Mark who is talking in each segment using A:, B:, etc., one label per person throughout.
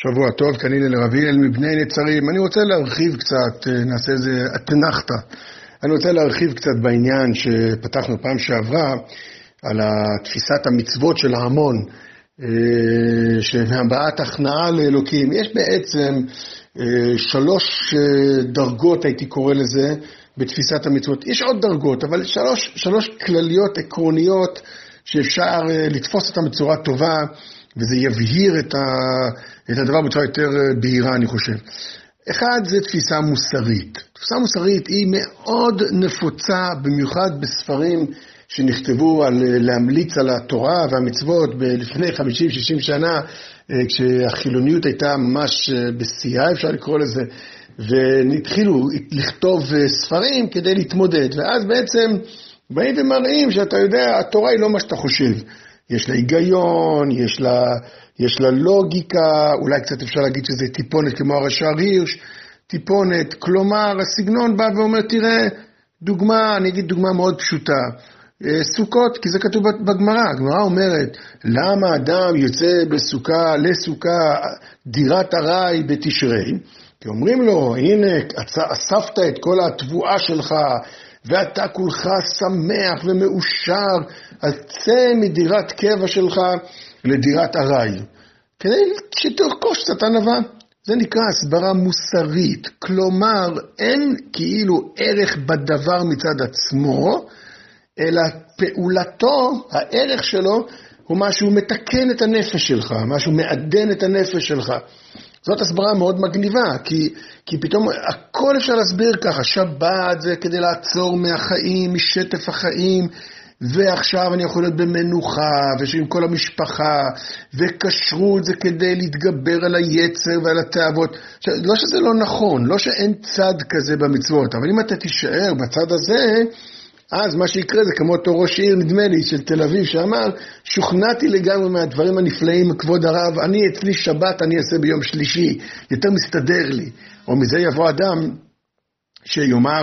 A: שבוע טוב, כאן הלל רביאל מבני נצרים. אני רוצה להרחיב קצת, נעשה איזה אתנחתא. אני רוצה להרחיב קצת בעניין שפתחנו פעם שעברה, על תפיסת המצוות של ההמון, שהבעת הכנעה לאלוקים. יש בעצם 3 דרגות, הייתי קורא לזה, בתפיסת המצוות. יש עוד דרגות, אבל 3 כלליות עקרוניות שאפשר לתפוס אותם בצורה טובה, וזה יבהיר את הדבר בצורה יותר בהירה, אני חושב. אחד, זה תפיסה מוסרית. תפיסה מוסרית היא מאוד נפוצה, במיוחד בספרים שנכתבו על להמליץ על התורה והמצוות לפני 50-60 שנה, כשהחילוניות הייתה ממש בשיאה, אפשר לקרוא לזה, ונתחילו לכתוב ספרים כדי להתמודד. ואז בעצם באים ומראים שאתה יודע, התורה היא לא מה שאתה חושב. יש לה היגיון, יש לה לוגיקה, אולי קצת אפשר להגיד שזה טיפונת כמו הרש"ר הירש, טיפונת, כלומר הסגנון בא ואומר, תראה, דוגמה, אני אגיד דוגמה מאוד פשוטה, סוכות, כי זה כתוב בגמרא, הגמרא אומרת, למה אדם יוצא לסוכה דירת ארעי בתשרי? כי אומרים לו, הנה, אספת את כל התבואה שלך, ואתה כולך שמח ומאושר, אז צא מדירת קבע שלך לדירת ארעי. כדי שתרכוש קצת ענווה. זה נקרא הסברה מוסרית. כלומר, אין כאילו ערך בדבר מצד עצמו, אלא פעולתו, הערך שלו, הוא משהו מתקן את הנפש שלך, משהו מעדן את הנפש שלך. זאת הסברה מאוד מגניבה, כי פתאום הכל אפשר להסביר ככה, שבת זה כדי לעצור מהחיים, משטף החיים, ועכשיו אני יכול להיות במנוחה, ושעם כל המשפחה, וכשרות זה כדי להתגבר על היצר ועל התאוות. לא שזה לא נכון, לא שאין צד כזה במצוות, אבל אם אתה תישאר בצד הזה, אז מה שיקרה זה כמו אותו ראש עיר, נדמה לי, של תל אביב, שאמר, שוכנעתי לגמרי מהדברים הנפלאים, כבוד הרב, אני אצלי שבת, אני אעשה ביום שלישי, יותר מסתדר לי. או מזה יבוא אדם שיאמר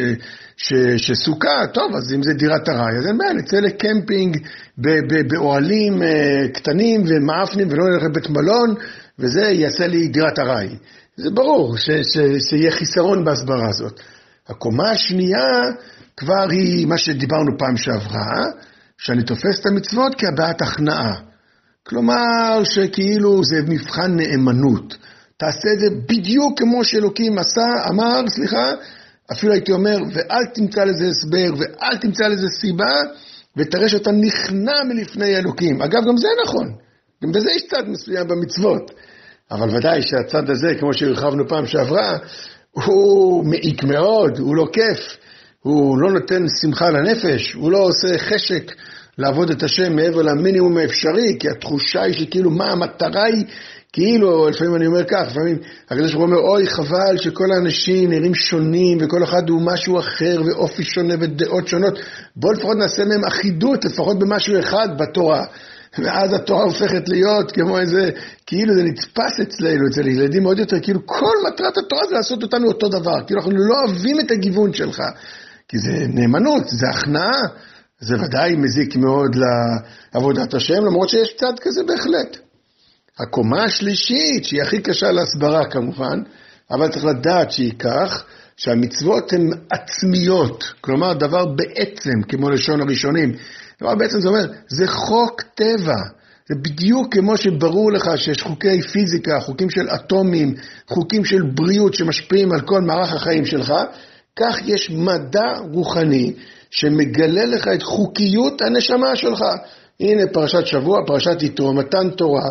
A: שסוכה, טוב, אז אם זה דירת ארעי, אז אין בעיה, נצא לקמפינג באוהלים קטנים ומאפנים, ולא נלך לבית מלון, וזה יעשה לי דירת ארעי. זה ברור שיהיה חיסרון בהסברה הזאת. הקומה השנייה כבר היא מה שדיברנו פעם שעברה, שאני תופס את המצוות כהבעת הכנעה. כלומר שכאילו זה מבחן נאמנות. תעשה את זה בדיוק כמו שאלוקים אמר, אפילו הייתי אומר, ואל תמצא לזה הסבר, ואל תמצא לזה סיבה, ותראה שאתה נכנע מלפני אלוקים. אגב, גם זה נכון. גם בזה יש צד מסוים במצוות. אבל ודאי שהצד הזה, כמו שהרחבנו פעם שעברה, הוא מעיק מאוד, הוא לא כיף. הוא לא נותן שמחה לנפש, הוא לא עושה חשק לעבוד את השם מעבר למינימום האפשרי, כי התחושה היא שכאילו מה המטרה היא, כאילו, לפעמים אני אומר כך, לפעמים הקדוש ברוך הוא אומר, אוי חבל שכל האנשים נראים שונים, וכל אחד הוא משהו אחר, ואופי שונה ודעות שונות, בוא לפחות נעשה מהם אחידות, לפחות במשהו אחד בתורה, ואז התורה הופכת להיות כמו איזה, כאילו זה נתפס אצלנו, אצל ילדים מאוד יותר, כאילו כל מטרת התורה זה לעשות אותנו אותו דבר, כאילו אנחנו לא אוהבים את הגיוון שלך, כי זה נאמנות, זה הכנעה, זה ודאי מזיק מאוד לעבודת השם, למרות שיש צד כזה בהחלט. הקומה השלישית, שהיא הכי קשה להסברה כמובן, אבל צריך לדעת שהיא כך, שהמצוות הן עצמיות, כלומר דבר בעצם, כמו לשון הראשונים, דבר בעצם זה אומר, זה חוק טבע, זה בדיוק כמו שברור לך שיש חוקי פיזיקה, חוקים של אטומים, חוקים של בריאות שמשפיעים על כל מערך החיים שלך, כך יש מדע רוחני שמגלה לך את חוקיות הנשמה שלך. הנה פרשת שבוע, פרשת יתרו, מתן תורה,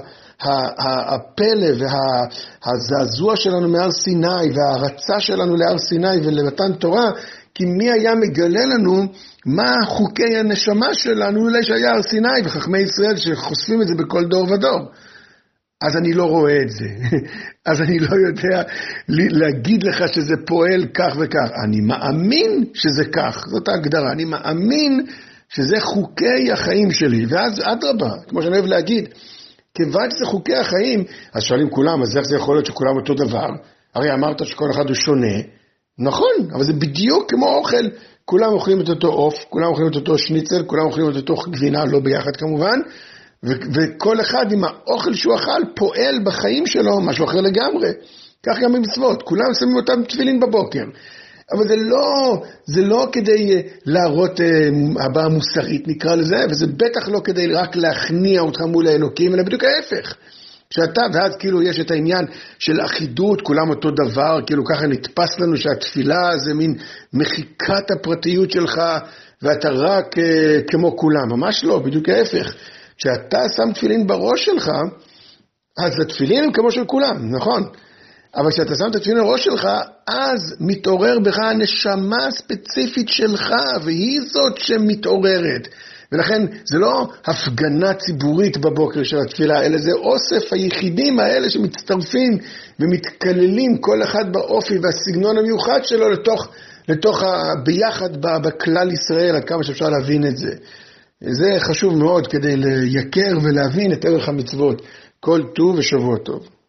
A: הפלא והזעזוע שלנו מהר סיני וההרצה שלנו להר סיני ולמתן תורה, כי מי היה מגלה לנו מה חוקי הנשמה שלנו אולי שהיה הר סיני וחכמי ישראל שחושפים את זה בכל דור ודור. אז אני לא רואה את זה, אז אני לא יודע להגיד לך שזה פועל כך וכך, אני מאמין שזה כך, זאת ההגדרה, אני מאמין שזה חוקי החיים שלי, ואז אדרבה, כמו שאני אוהב להגיד, כיוון שזה חוקי החיים, אז שואלים כולם, אז איך זה יכול להיות שכולם אותו דבר? הרי אמרת שכל אחד הוא שונה, נכון, אבל זה בדיוק כמו אוכל, כולם אוכלים את אותו עוף, כולם אוכלים את אותו שניצל, כולם אוכלים את אותו גבינה, לא ביחד כמובן, וכל אחד עם האוכל שהוא אכל פועל בחיים שלו משהו אחר לגמרי. כך גם במצוות, כולם שמים אותם תפילין בבוקר. אבל זה לא כדי להראות הבאה מוסרית נקרא לזה, וזה בטח לא כדי רק להכניע אותך מול האלוקים, אלא בדיוק ההפך. כשאתה, ואז כאילו יש את העניין של אחידות, כולם אותו דבר, כאילו ככה נתפס לנו שהתפילה זה מין מחיקת הפרטיות שלך, ואתה רק כמו כולם, ממש לא, בדיוק ההפך. כשאתה שם תפילין בראש שלך, אז התפילין הם כמו של כולם, נכון? אבל כשאתה שם את התפילין בראש שלך, אז מתעורר בך הנשמה הספציפית שלך, והיא זאת שמתעוררת. ולכן זה לא הפגנה ציבורית בבוקר של התפילה, אלא זה אוסף היחידים האלה שמצטרפים ומתכללים כל אחד באופי והסגנון המיוחד שלו לתוך ביחד בכלל ישראל, עד כמה שאפשר להבין את זה. זה חשוב מאוד כדי לייקר ולהבין את ערך המצוות. כל טוב ושבוע טוב.